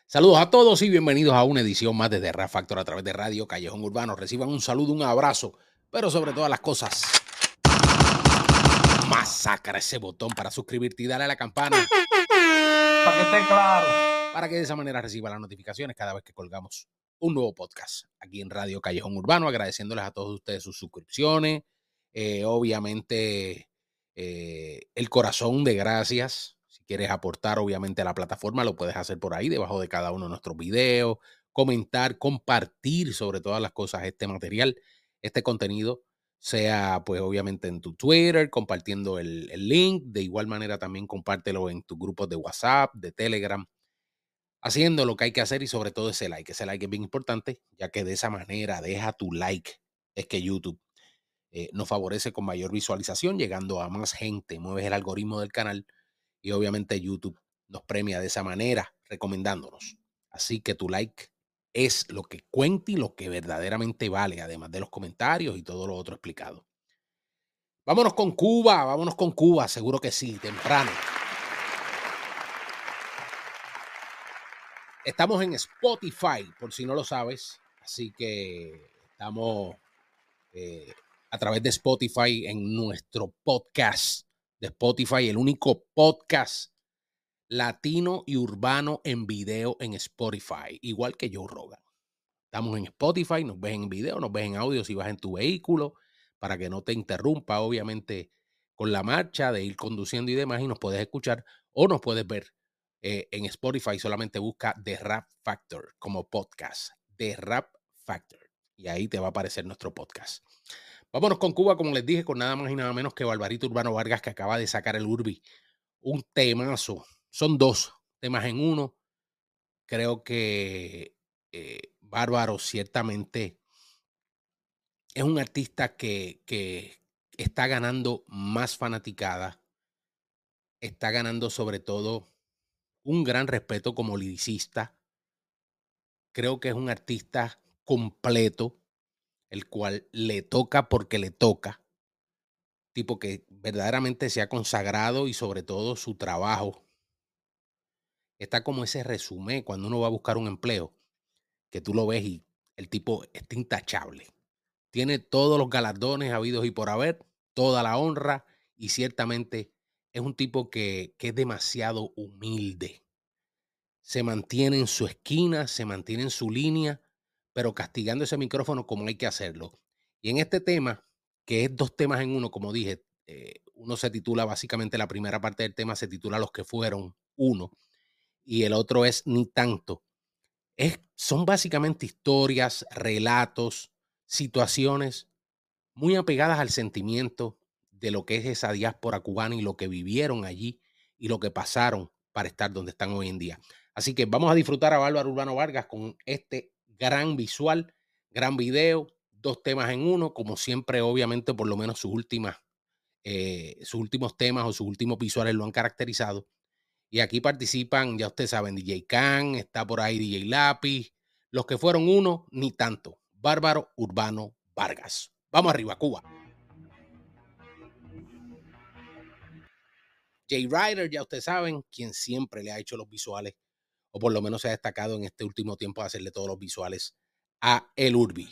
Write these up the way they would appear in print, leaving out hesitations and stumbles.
Saludos a todos y bienvenidos a una edición más de The Rap Factor a través de Radio Callejón Urbano. Reciban un saludo, un abrazo, pero sobre todas las cosas, masacra ese botón para suscribirte y dale a la campana para que esté claro, para que de esa manera reciba las notificaciones cada vez que colgamos un nuevo podcast aquí en Radio Callejón Urbano, agradeciéndoles a todos ustedes sus suscripciones, obviamente el corazón de gracias. Si quieres aportar obviamente a la plataforma, lo puedes hacer por ahí, debajo de cada uno de nuestros videos, comentar, compartir sobre todas las cosas este material, este contenido, sea pues obviamente en tu Twitter, compartiendo el link. De igual manera también compártelo en tus grupos de WhatsApp, de Telegram, haciendo lo que hay que hacer y sobre todo ese like. Ese like es bien importante, ya que de esa manera deja tu like. Es que YouTube nos favorece con mayor visualización, llegando a más gente. Mueves el algoritmo del canal y obviamente YouTube nos premia de esa manera, recomendándonos. Así que tu like es lo que cuenta y lo que verdaderamente vale, además de los comentarios y todo lo otro explicado. Vámonos con Cuba, seguro que sí, temprano. Estamos en Spotify, por si no lo sabes, así que estamos a través de Spotify en nuestro podcast de Spotify, el único podcast latino y urbano en video en Spotify, igual que Joe Rogan. Estamos en Spotify, nos ves en video, nos ves en audio si vas en tu vehículo, para que no te interrumpa, obviamente, con la marcha de ir conduciendo y demás, y nos puedes escuchar o nos puedes ver en Spotify. Solamente busca The Rap Factor como podcast, The Rap Factor, y ahí te va a aparecer nuestro podcast. Vámonos con Cuba, como les dije, con nada más y nada menos que Barbarito Urbano Vargas, que acaba de sacar el Urbi. Un temazo. Son dos temas en uno. Creo que Bárbaro ciertamente es un artista que está ganando más fanaticada. Está ganando sobre todo un gran respeto como liricista. Creo que es un artista completo, el cual le toca porque le toca. Tipo que verdaderamente se ha consagrado y sobre todo su trabajo. Está como ese resumen cuando uno va a buscar un empleo, que tú lo ves y el tipo está intachable. Tiene todos los galardones habidos y por haber, toda la honra, y ciertamente es un tipo que es demasiado humilde. Se mantiene en su esquina, se mantiene en su línea, pero castigando ese micrófono como hay que hacerlo. Y en este tema, que es dos temas en uno, como dije, uno se titula básicamente, la primera parte del tema se titula Los que fueron uno, y el otro es Ni tanto. Son básicamente historias, relatos, situaciones muy apegadas al sentimiento de lo que es esa diáspora cubana y lo que vivieron allí y lo que pasaron para estar donde están hoy en día. Así que vamos a disfrutar a Bárbaro Urbano Vargas con este gran visual, gran video, dos temas en uno, como siempre, obviamente, por lo menos sus últimos temas o sus últimos visuales lo han caracterizado. Y aquí participan, ya ustedes saben, DJ Khan, está por ahí DJ Lápiz, los que fueron uno, ni tanto. Bárbaro Urbano Vargas. Vamos arriba, Cuba. Jay Ryder, ya ustedes saben, quien siempre le ha hecho los visuales, o por lo menos se ha destacado en este último tiempo de hacerle todos los visuales a El Urbi.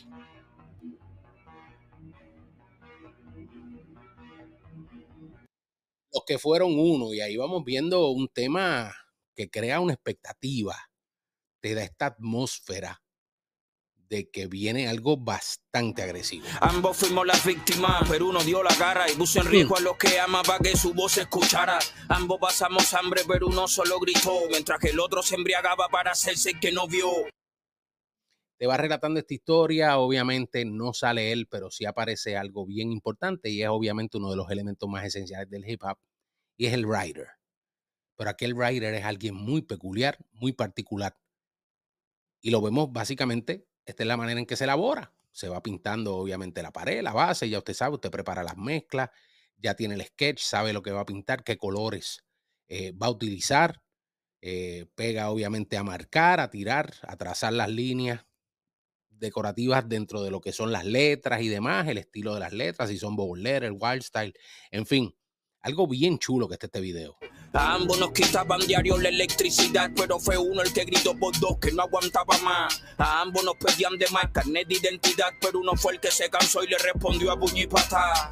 Los que fueron uno, y ahí vamos viendo un tema que crea una expectativa, te da esta atmósfera de que viene algo bastante agresivo. Ambos fuimos las víctimas, pero uno dio la cara y puso en riesgo a los que ama para que su voz se escuchara. Ambos pasamos hambre, pero uno solo gritó, mientras que el otro se embriagaba para hacerse el que no vio. Te va relatando esta historia, obviamente no sale él, pero sí aparece algo bien importante y es obviamente uno de los elementos más esenciales del hip hop, y es el writer. Pero aquí el writer es alguien muy peculiar, muy particular, y lo vemos básicamente, esta es la manera en que se elabora. Se va pintando obviamente la pared, la base, ya usted sabe, usted prepara las mezclas, ya tiene el sketch, sabe lo que va a pintar, qué colores va a utilizar, pega obviamente a marcar, a tirar, a trazar las líneas decorativas dentro de lo que son las letras y demás, el estilo de las letras, si son bold letter, wild style, en fin, algo bien chulo que está este video. A ambos nos quitaban diario la electricidad, pero fue uno el que gritó por dos que no aguantaba más. A ambos nos pedían de más carnet de identidad, pero uno fue el que se cansó y le respondió a puño y patá.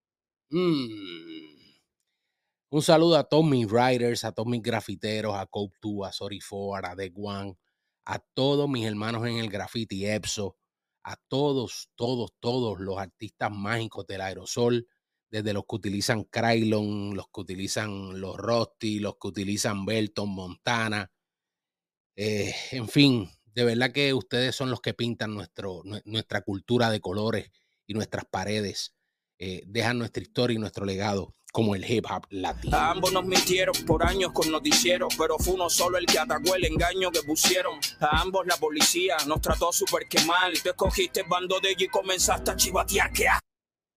Un saludo a todos mis writers, a todos mis grafiteros, a Cope 2, a Sorry For, a The One, a todos mis hermanos en el graffiti, Epso, a todos los artistas mágicos del aerosol, desde los que utilizan Krylon, los que utilizan los Rusty, los que utilizan Belton, Montana. En fin, de verdad que ustedes son los que pintan nuestra cultura de colores y nuestras paredes. Dejan nuestra historia y nuestro legado como el hip hop latino. A ambos nos mintieron por años con noticieros, pero fue uno solo el que atacó el engaño que pusieron. A ambos la policía nos trató súper que mal y tú escogiste el bando de ellos y comenzaste a chivatear. ¡Qué asco!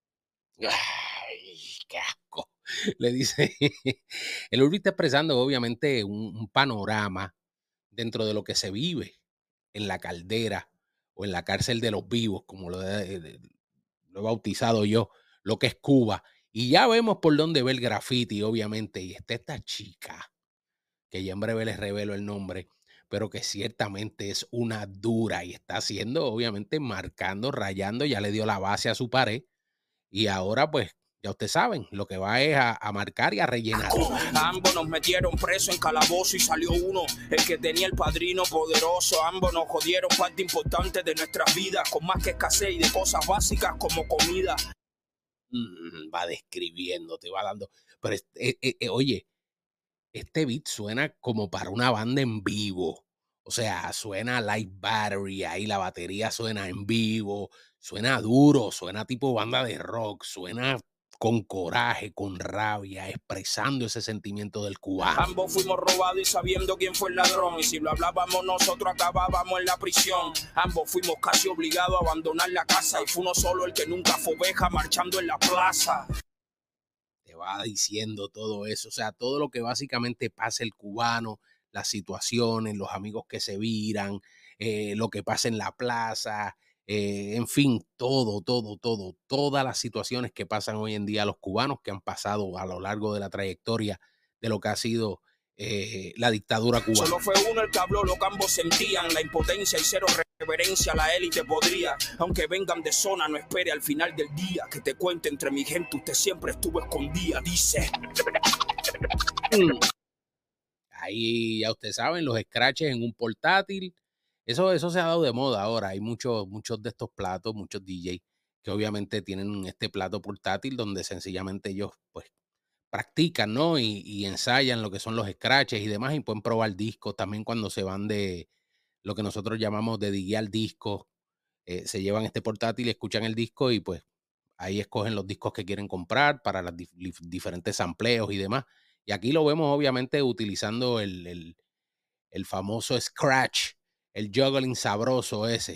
Ay, qué asco. Le dice, el Urbi está expresando obviamente un panorama dentro de lo que se vive en la caldera o en la cárcel de los vivos, como lo he bautizado yo, lo que es Cuba. Y ya vemos por dónde ve el graffiti, obviamente. Y está esta chica, que ya en breve les revelo el nombre, pero que ciertamente es una dura y está haciendo, obviamente, marcando, rayando, ya le dio la base a su pared. Y ahora, pues, ya ustedes saben, lo que va es a marcar y a rellenar. Ambos nos metieron preso en calabozo y salió uno, el que tenía el padrino poderoso. Ambos nos jodieron parte importante de nuestras vidas, con más que escasez y de cosas básicas como comida. Va describiendo, te va dando. Pero oye, este beat suena como para una banda en vivo. O sea, suena live battery, ahí la batería suena en vivo, suena duro, suena tipo banda de rock, suena con coraje, con rabia, expresando ese sentimiento del cubano. Ambos fuimos robados y sabiendo quién fue el ladrón, y si lo hablábamos nosotros acabábamos en la prisión. Ambos fuimos casi obligados a abandonar la casa y fue uno solo el que nunca fue oveja marchando en la plaza. Te va diciendo todo eso, o sea, todo lo que básicamente pasa el cubano, las situaciones, los amigos que se viran, lo que pasa en la plaza, en fin, todas las situaciones que pasan hoy en día a los cubanos que han pasado a lo largo de la trayectoria de lo que ha sido la dictadura cubana. Solo fue uno el que habló lo que ambos sentían, la impotencia y cero reverencia a la élite podría. Aunque vengan de zona, no espere al final del día que te cuente entre mi gente, usted siempre estuvo escondida, dice. Ahí ya ustedes saben, los scratches en un portátil. Eso se ha dado de moda ahora. Hay muchos de estos platos, muchos DJs que obviamente tienen este plato portátil donde sencillamente ellos pues practican, ¿no? Y ensayan lo que son los scratches y demás y pueden probar discos también cuando se van de lo que nosotros llamamos de DJar discos. Se llevan este portátil, escuchan el disco y pues ahí escogen los discos que quieren comprar para los diferentes sampleos y demás. Y aquí lo vemos obviamente utilizando el famoso scratch, el juggling sabroso ese.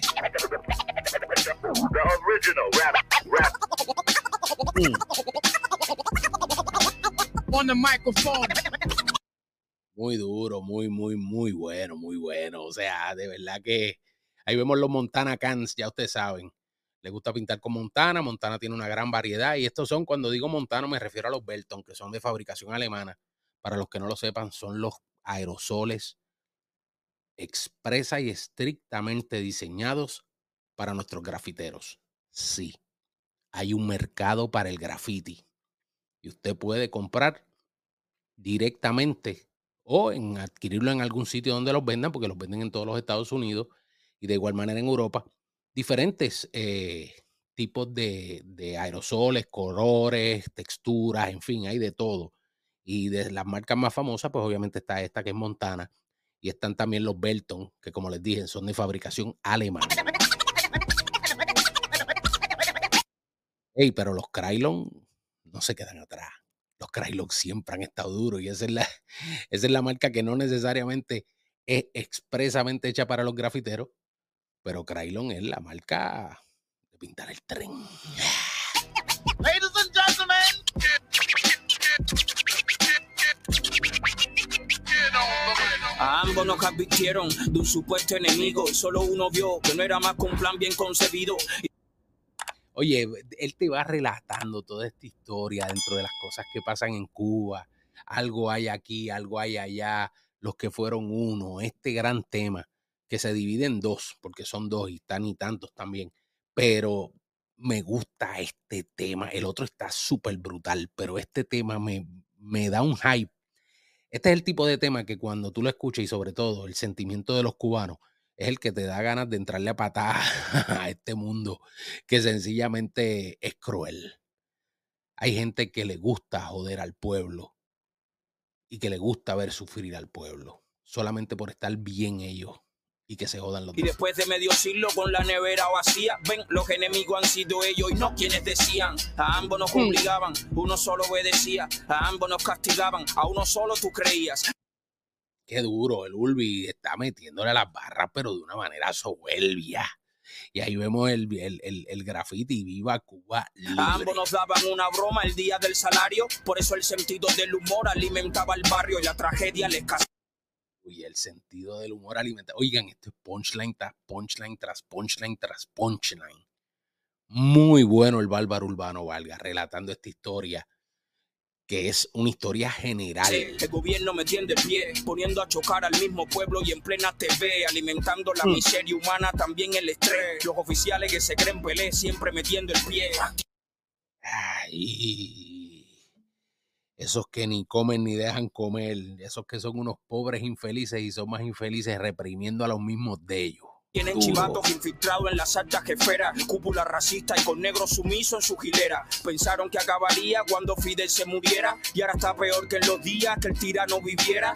On the microphone. Muy duro, muy bueno. O sea, de verdad que ahí vemos los Montana Cans, ya ustedes saben. Les gusta pintar con Montana. Montana tiene una gran variedad. Y estos son, cuando digo Montana, me refiero a los Belton, que son de fabricación alemana. Para los que no lo sepan, son los aerosoles expresa y estrictamente diseñados para nuestros grafiteros. Sí, hay un mercado para el graffiti. Y usted puede comprar directamente o adquirirlo en algún sitio donde los vendan, porque los venden en todos los Estados Unidos y de igual manera en Europa. Diferentes tipos de aerosoles, colores, texturas, en fin, hay de todo. Y de las marcas más famosas, pues obviamente está esta que es Montana. Y están también los Belton, que como les dije, son de fabricación alemana. Hey, pero los Krylon no se quedan atrás. Los Krylon siempre han estado duros y esa es la marca que no necesariamente es expresamente hecha para los grafiteros, pero Krylon es la marca de pintar el tren. Ladies and gentlemen. A ambos nos advirtieron de un supuesto enemigo y solo uno vio que no era más que un plan bien concebido. Oye, él te va relatando toda esta historia dentro de las cosas que pasan en Cuba, algo hay aquí, algo hay allá, los que fueron uno, este gran tema que se divide en dos, porque son dos y están y tantos también, pero me gusta este tema, el otro está súper brutal, pero este tema me da un hype. Este es el tipo de tema que cuando tú lo escuchas y sobre todo el sentimiento de los cubanos es el que te da ganas de entrarle a patadas a este mundo que sencillamente es cruel. Hay gente que le gusta joder al pueblo y que le gusta ver sufrir al pueblo solamente por estar bien ellos y que se jodan los Y demás. después de medio siglo con la nevera vacía, ven, los enemigos han sido ellos y no quienes decían. A ambos nos obligaban, uno solo obedecía, a ambos nos castigaban, a uno solo tú creías. Qué duro, el Ulvi está metiéndole las barras, pero de una manera soberbia. Y ahí vemos el graffiti, viva Cuba libre. A ambos nos daban una broma el día del salario, por eso el sentido del humor alimentaba el barrio y la tragedia les casó. Y el sentido del humor alimenta. Oigan, esto es punchline tras punchline tras punchline tras punchline. Muy bueno el Bárbaro Urbano Vargas relatando esta historia, que es una historia general. Sí, el gobierno metiendo el pie, poniendo a chocar al mismo pueblo y en plena TV, alimentando la miseria humana, también el estrés. Los oficiales que se creen Pelé, siempre metiendo el pie. Ay, esos que ni comen ni dejan comer, esos que son unos pobres infelices y son más infelices reprimiendo a los mismos de ellos. Tienen chivatos infiltrados en las altas jeferas, cúpula racista y con negros sumisos en su gilera. Pensaron que acabaría cuando Fidel se muriera y ahora está peor que en los días que el tirano viviera.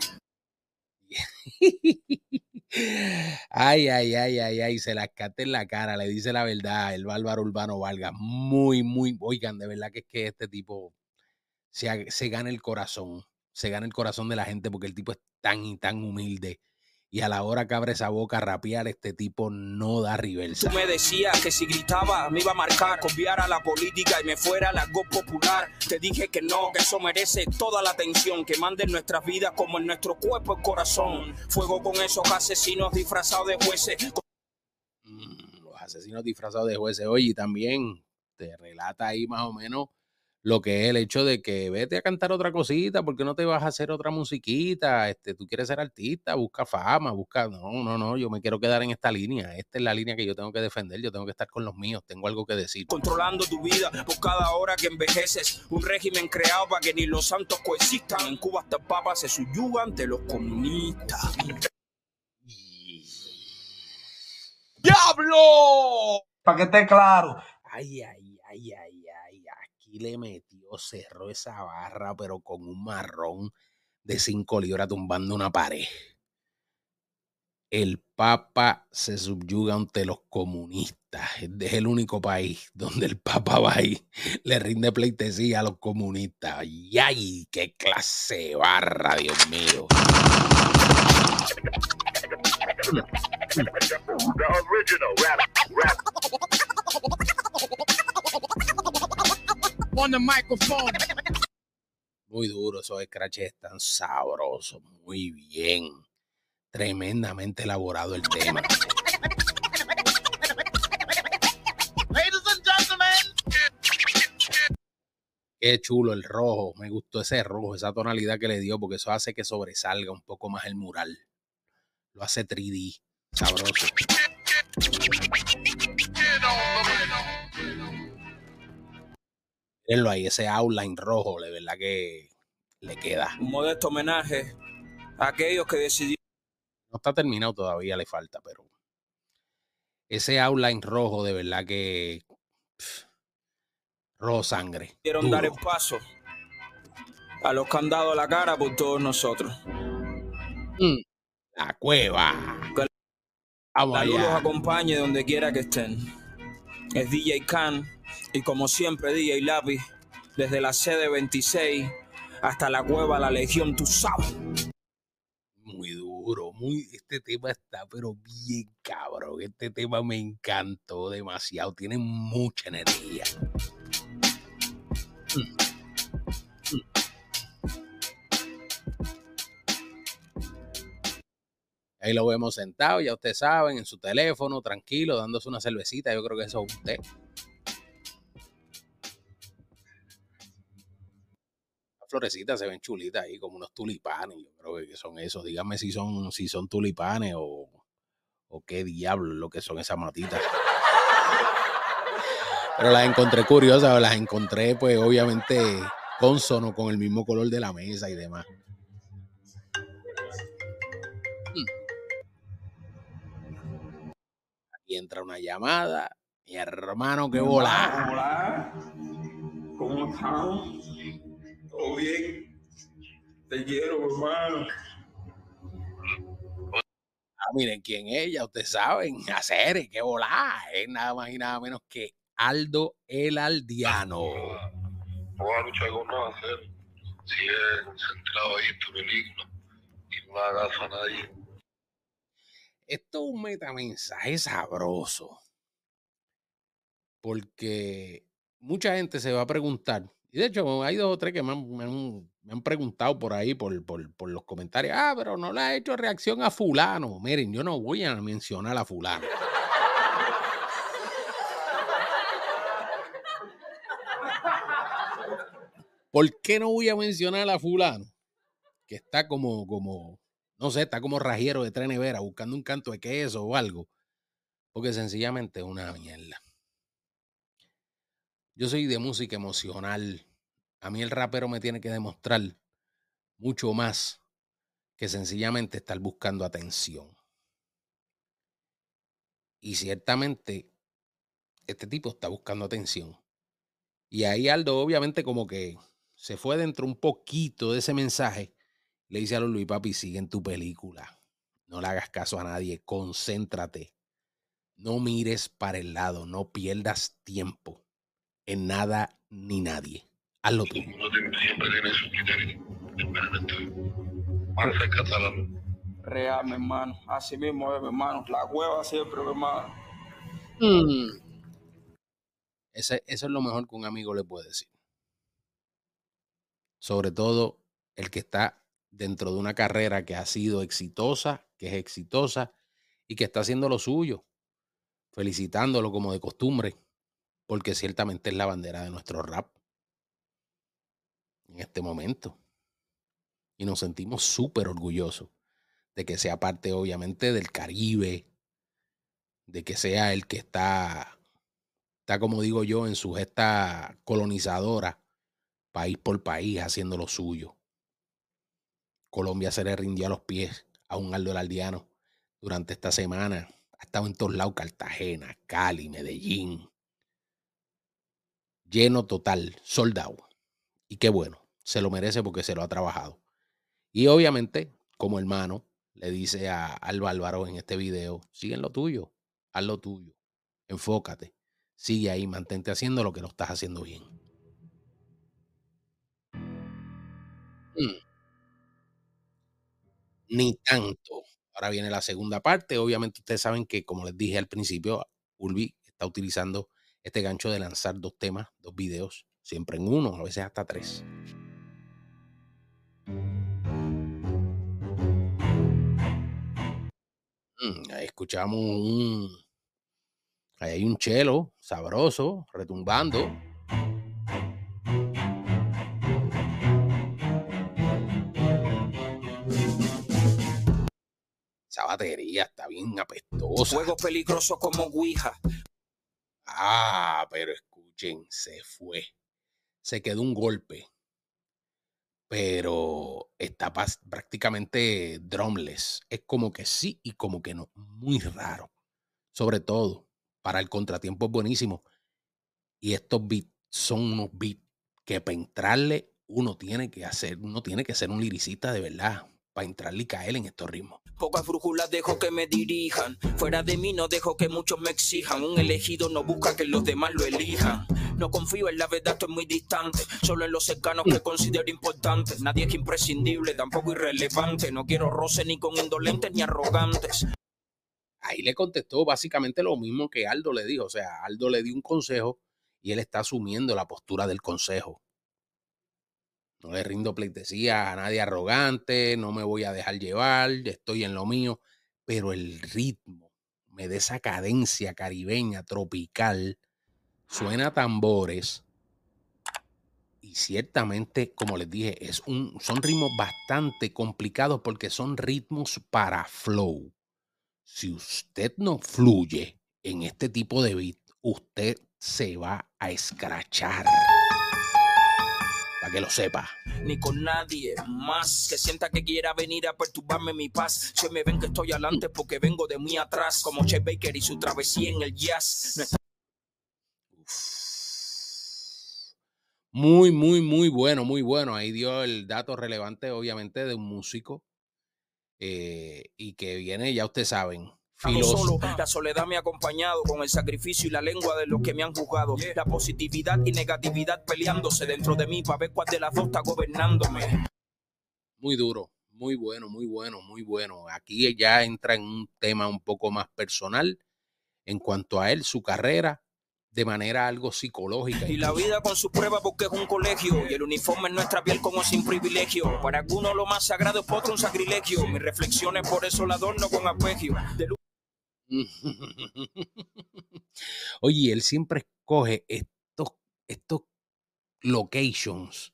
Ay, se las cate en la cara, le dice la verdad, el Bárbaro Urbano Vargas. Muy, oigan, de verdad que es que este tipo se gana el corazón de la gente porque el tipo es tan y tan humilde. Y a la hora que abre esa boca a rapear, este tipo no da reversa. Tú me decías que si gritaba me iba a marcar, copiar a la política y me fuera la go popular. Te dije que no, que eso merece toda la atención, que mande en nuestras vidas como en nuestro cuerpo el corazón. Fuego con esos asesinos disfrazados de jueces. Los asesinos disfrazados de jueces. Oye, y también te relata ahí más o menos lo que es el hecho de que vete a cantar otra cosita, porque no te vas a hacer otra musiquita, tú quieres ser artista, busca fama, no, yo me quiero quedar en esta línea, esta es la línea que yo tengo que defender, yo tengo que estar con los míos, tengo algo que decir. Controlando tu vida por cada hora que envejeces, un régimen creado para que ni los santos coexistan, en Cuba hasta el Papa se subyuga ante los comunistas. ¡Diablo! Para que esté claro. Ay, aquí le metió, cerró esa barra, pero con un marrón de 5 libras tumbando una pared. El Papa se subyuga ante los comunistas. Es el único país donde el Papa va y le rinde pleitesía a los comunistas. ¡Ay, qué clase de barra, Dios mío! The original rap. On the microphone. Muy duro, esos scratches están sabrosos, muy bien. Tremendamente elaborado el tema. Ladies and gentlemen. Qué chulo el rojo, me gustó ese rojo, esa tonalidad que le dio, porque eso hace que sobresalga un poco más el mural. Lo hace 3D, sabroso. Mírenlo ahí, ese outline rojo, de verdad que le queda. Un modesto homenaje a aquellos que decidieron. No está terminado todavía, le falta, pero ese outline rojo, de verdad que rojo sangre. Quieren dar el paso a los que han dado la cara por todos nosotros. La cueva. Que Vamos la luz los allá. acompañe donde quiera que estén. Es DJ Khan y como siempre DJ Lápiz, desde la sede 26 hasta la cueva La Legión, tú sabes. Muy duro, este tema está pero bien cabrón. Este tema me encantó demasiado, tiene mucha energía. Ahí lo vemos sentado, ya ustedes saben, en su teléfono, tranquilo, dándose una cervecita. Yo creo que eso es usted. Las florecitas se ven chulitas ahí, como unos tulipanes. Yo creo que son esos. Díganme si son tulipanes o qué diablo es lo que son esas matitas. Pero las encontré curiosas, las encontré pues obviamente cónsono con el mismo color de la mesa y demás. Aquí entra una llamada. Mi hermano, qué bola. Hola, ¿cómo están? ¿Todo bien? Te quiero, hermano. Miren quién es ella, ustedes saben, hacer, qué bola. Es nada más y nada menos que Aldo el Aldeano. No va a luchar con no hacer. Sigue centrado ahí en tu película y no hagas a nadie. Esto es un metamensaje sabroso. Porque mucha gente se va a preguntar, y de hecho hay 2 o 3 que me han preguntado por ahí, por los comentarios, pero no le ha hecho reacción a fulano. Miren, yo no voy a mencionar a fulano. ¿Por qué no voy a mencionar a fulano? Que está como, no sé, está como rajero de Tres Neveras buscando un canto de queso o algo. Porque sencillamente es una mierda. Yo soy de música emocional. A mí el rapero me tiene que demostrar mucho más que sencillamente estar buscando atención. Y ciertamente este tipo está buscando atención. Y ahí Aldo obviamente como que se fue dentro un poquito de ese mensaje. Le dice a los Luis, papi, sigue en tu película. No le hagas caso a nadie. Concéntrate. No mires para el lado. No pierdas tiempo en nada ni nadie. Hazlo tú. Uno siempre tiene su criterio. Más cerca está la luz. Real, mi hermano. Así mismo es, mi hermano. La hueva siempre, mi hermano. Eso es lo mejor que un amigo le puede decir. Sobre todo el que está dentro de una carrera que ha sido exitosa, que es exitosa y que está haciendo lo suyo. Felicitándolo como de costumbre, porque ciertamente es la bandera de nuestro rap en este momento. Y nos sentimos súper orgullosos de que sea parte, obviamente, del Caribe, de que sea el que está como digo yo, en su gesta colonizadora, país por país, haciendo lo suyo. Colombia se le rindió a los pies a un Aldo el Aldeano durante esta semana. Ha estado en todos lados, Cartagena, Cali, Medellín. Lleno total, sold out. Y qué bueno, se lo merece porque se lo ha trabajado. Y obviamente, como hermano, le dice al Bárbaro en este video, sigue en lo tuyo, haz lo tuyo, enfócate, sigue ahí, mantente haciendo lo que lo estás haciendo bien. Ni tanto. Ahora viene la segunda parte. Obviamente ustedes saben que, como les dije al principio, Ulvi está utilizando este gancho de lanzar 2 temas, 2 videos, siempre en uno, a veces hasta 3. Ahí escuchamos ahí hay un chelo sabroso, retumbando. Esa batería está bien apestosa. Juego peligroso como Ouija. Pero escuchen, se fue. Se quedó un golpe. Pero está prácticamente drumless. Es como que sí y como que no. Muy raro. Sobre todo, para el contratiempo es buenísimo. Y estos beats son unos beats que para entrarle uno tiene que ser un liricista de verdad. Para entrarle y caer en estos ritmos. Pocas brújulas dejo que me dirijan. Fuera de mí no dejo que muchos me exijan. Un elegido no busca que los demás lo elijan. No confío en la verdad, estoy muy distante. Solo en los cercanos que considero importantes. Nadie es imprescindible, tampoco irrelevante. No quiero roce ni con indolentes ni arrogantes. Ahí le contestó básicamente lo mismo que Aldo le dijo. O sea, Aldo le dio un consejo y él está asumiendo la postura del consejo. No le rindo pleitesía a nadie arrogante, no me voy a dejar llevar, estoy en lo mío, pero el ritmo me da esa cadencia caribeña, tropical, suena a tambores y ciertamente, como les dije, son ritmos bastante complicados porque son ritmos para flow. Si usted no fluye en este tipo de beat, usted se va a escrachar. Para que lo sepa. Ni con nadie más que sienta que quiera venir a perturbarme mi paz. Si me ven que estoy adelante porque vengo de muy atrás, como Chet Baker y su travesía en el jazz. No está... Muy, muy, muy bueno, muy bueno. Ahí dio el dato relevante, obviamente, de un músico y que viene, ya ustedes saben, Solo, la soledad me ha acompañado con el sacrificio y la lengua de los que me han juzgado. La positividad y negatividad peleándose dentro de mí para ver cuál de las dos está gobernándome. Muy duro, muy bueno, muy bueno, muy bueno. Aquí ya entra en un tema un poco más personal en cuanto a él, su carrera, de manera algo psicológica. Y la vida con sus pruebas porque es un colegio y el uniforme en nuestra piel como sin privilegio. Para algunos lo más sagrado es para otro un sacrilegio. Mis reflexiones por eso la adorno con apegio. Oye, él siempre escoge estos locations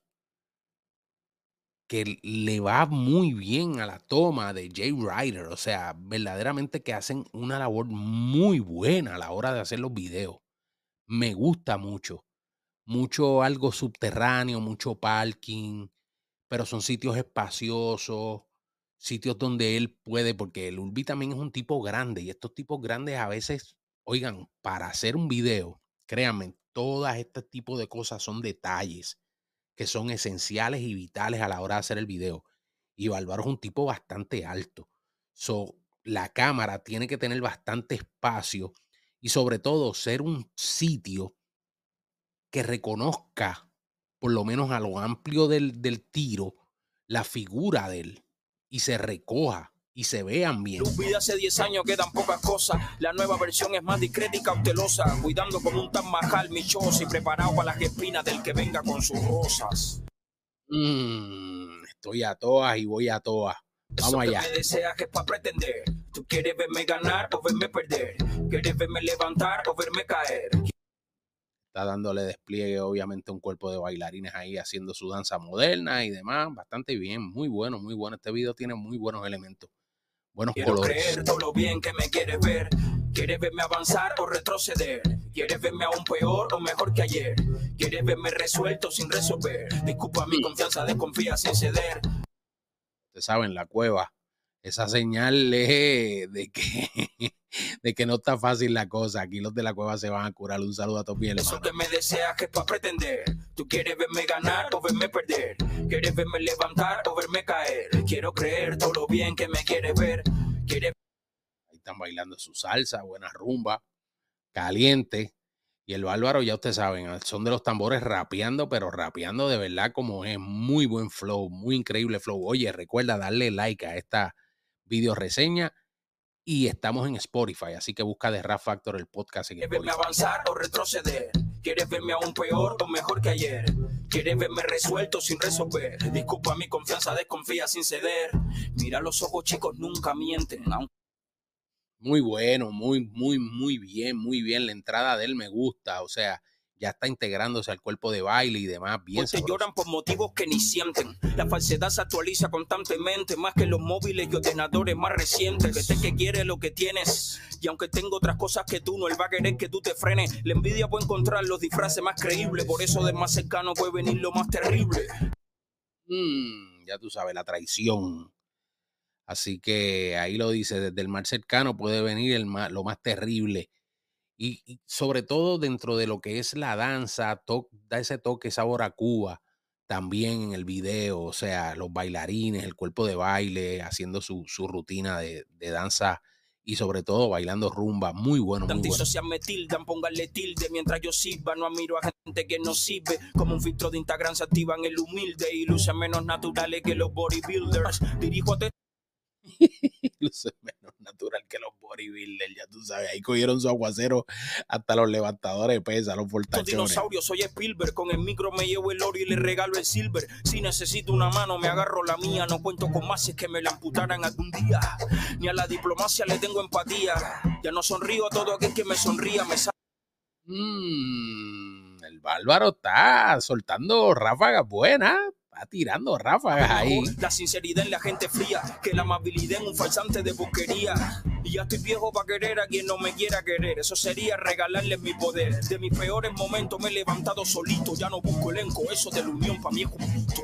que le va muy bien a la toma de Jay Ryder. O sea, verdaderamente que hacen una labor muy buena a la hora de hacer los videos. Me gusta mucho. Mucho algo subterráneo, mucho parking, pero son sitios espaciosos, sitios donde él puede, porque el Urbi también es un tipo grande y estos tipos grandes a veces, oigan, para hacer un video, créanme, todas este tipo de cosas son detalles que son esenciales y vitales a la hora de hacer el video. Y Bárbaro es un tipo bastante alto. La cámara tiene que tener bastante espacio y sobre todo ser un sitio que reconozca, por lo menos a lo amplio del tiro, la figura de él y se recoja y se vean bien. Luz vida hace 10 años quedan pocas cosas. La nueva versión es más discreta y cautelosa, cuidando como un Taj Mahal mi choza y preparado para las espinas del que venga con sus rosas. Estoy a todas y voy a todas. Vamos allá. Eso que me deseas que es para pretender. Tú quieres verme ganar o verme perder. Quieres verme levantar o verme caer. Está dándole despliegue, obviamente, a un cuerpo de bailarines ahí haciendo su danza moderna y demás. Bastante bien, muy bueno, muy bueno. Este video tiene muy buenos elementos, buenos Quiero colores. creer todo lo bien que me quieres ver. Quieres verme avanzar o retroceder. Quieres verme aún peor o mejor que ayer. Quieres verme resuelto sin resolver. Disculpa mi confianza, desconfía sin ceder. Ustedes saben, la cueva, esa señal es de que no está fácil la cosa. Aquí los de la cueva se van a curar. Un saludo a todos bien, Eso que me deseas que es para pretender. Tú quieres verme ganar o verme perder. Quieres verme levantar o verme caer. Quiero creer todo lo bien que me quieres ver. Ahí están bailando su salsa, buena rumba, caliente. Y el Bárbaro, ya ustedes saben, son de los tambores rapeando, pero rapeando de verdad como es. Muy buen flow, muy increíble flow. Oye, recuerda darle like a esta video reseña. Y estamos en Spotify, así que busca The Rap Factor, el podcast en Spotify. ¿Quieres verme avanzar o retroceder? ¿Quieres verme aún peor o mejor que ayer? ¿Quieres verme resuelto sin resolver? Disculpa mi confianza, desconfía sin ceder. Mira, los ojos chicos nunca mienten. Muy bueno, muy bien. La entrada de él me gusta, o sea, ya está integrándose al cuerpo de baile y demás. Bien sabroso. Lloran por motivos que ni sienten. La falsedad se actualiza constantemente, más que los móviles y ordenadores más recientes. Que quiere lo que tienes. Y aunque tengo otras cosas que tú, no, él va a querer que tú te frenes. La envidia puede encontrar los disfraces más creíbles. Por eso de más cercano puede venir lo más terrible. Ya tú sabes, la traición. Así que ahí lo dice, desde el más cercano puede venir lo más terrible. Y sobre todo dentro de lo que es la danza, da ese toque, sabor a Cuba, también en el video, o sea, los bailarines, el cuerpo de baile, haciendo su rutina de danza y sobre todo bailando rumba, muy bueno, muy bueno. Social me tildan, pónganle tilde mientras yo sirva, no admiro a gente que no sirve, como un filtro de Instagram se activan el humilde y lucen menos naturales que los bodybuilders, dirijo a luce menos natural que los bodybuilders, ya tú sabes, ahí cogieron su aguacero hasta los levantadores de pesas, los fortachones. Dinosaurios, soy Spielberg, con el micro me llevo el oro y le regalo el silver. Si necesito una mano me agarro la mía, no cuento con más si es que me la amputaran algún día. Ni a la diplomacia le tengo empatía, ya no sonrío a todo aquel que me sonría, me el el Bárbaro está soltando ráfagas buenas, está tirando ráfagas ahí. La sinceridad en la gente fría, que la amabilidad en un falsante de boquería. Y ya estoy viejo para querer a quien no me quiera querer. Eso sería regalarle mi poder. De mis peores momentos me he levantado solito. Ya no busco elenco, eso de la unión para mí es un mito.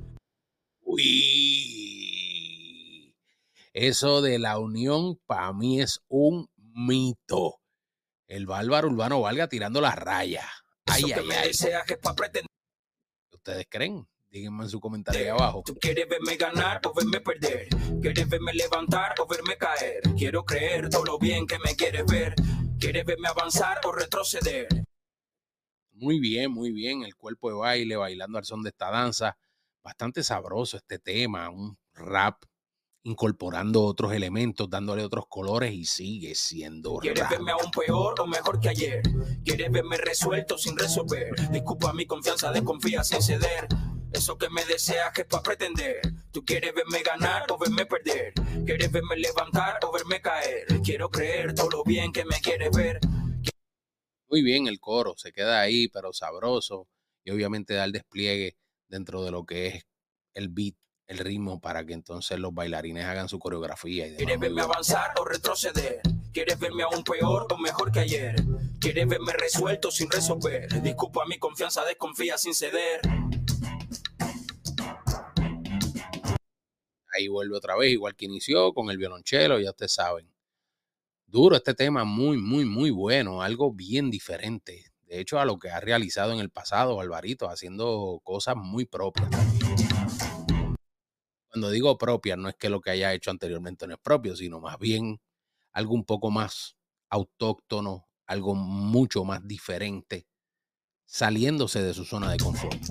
Uy, eso de la unión para mí es un mito. El Bárbaro Urbano Vargas tirando las rayas. Ay, Eso que ay, me ay. deseas que es para pretender. ¿Ustedes creen? Díganme en su comentario ahí abajo. Tú quieres verme ganar o verme perder. Quieres verme levantar o verme caer. Quiero creer todo lo bien que me quieres ver. Quieres verme avanzar o retroceder. Muy bien. El cuerpo de baile, bailando al son de esta danza. Bastante sabroso este tema. Un rap incorporando otros elementos, dándole otros colores y sigue siendo Quieres rap. verme aún peor o mejor que ayer. Quieres verme resuelto sin resolver. Disculpa mi confianza, desconfía sin ceder. Eso que me deseas que es para pretender. Tú quieres verme ganar o verme perder. Quieres verme levantar o verme caer. Quiero creer todo lo bien que me quieres ver. Muy bien el coro, se queda ahí, pero sabroso. Y obviamente da el despliegue dentro de lo que es el beat, el ritmo, para que entonces los bailarines hagan su coreografía. Y demás. Quieres verme avanzar o retroceder. Quieres verme aún peor o mejor que ayer. Quieres verme resuelto sin resolver. Disculpa mi confianza, desconfía sin ceder. Ahí vuelve otra vez, igual que inició, con el violonchelo, ya ustedes saben. Duro este tema, muy bueno, algo bien diferente. De hecho, a lo que ha realizado en el pasado, Alvarito, haciendo cosas muy propias también. Cuando digo propias, no es que lo que haya hecho anteriormente no es propio, sino más bien algo un poco más autóctono, algo mucho más diferente, saliéndose de su zona de confort.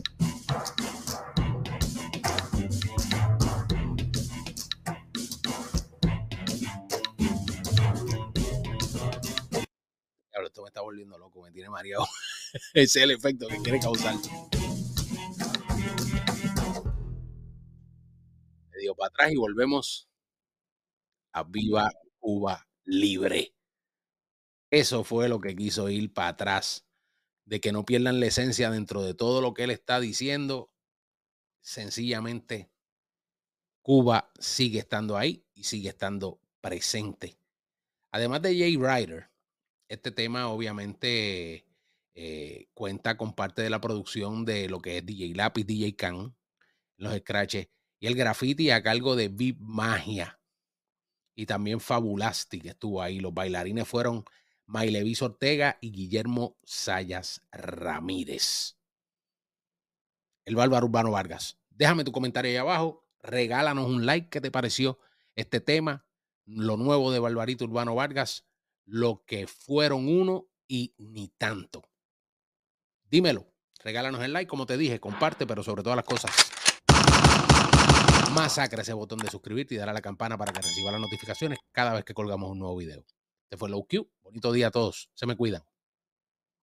Claro, esto me está volviendo loco, me tiene mareado. Ese es el efecto que quiere causar. Le digo para atrás y volvemos a Viva Cuba Libre. Eso fue lo que quiso ir para atrás, de que no pierdan la esencia dentro de todo lo que él está diciendo. Sencillamente, Cuba sigue estando ahí y sigue estando presente. Además de Jay Ryder, este tema obviamente cuenta con parte de la producción de lo que es DJ Lápiz, DJ Can, los scratches, y el graffiti a cargo de Viv Magia. Y también Fabulastic estuvo ahí. Los bailarines fueron Mailevis Ortega y Guillermo Sayas Ramírez. El Bárbaro Urbano Vargas. Déjame tu comentario ahí abajo. Regálanos un like. ¿Qué te pareció este tema? Lo nuevo de Barbarito Urbano Vargas. Lo que fueron uno y ni tanto. Dímelo. Regálanos el like, como te dije. Comparte, pero sobre todas las cosas, masacra ese botón de suscribirte y darle a la campana para que reciba las notificaciones cada vez que colgamos un nuevo video. Este fue Low Q. Bonito día a todos. Se me cuidan.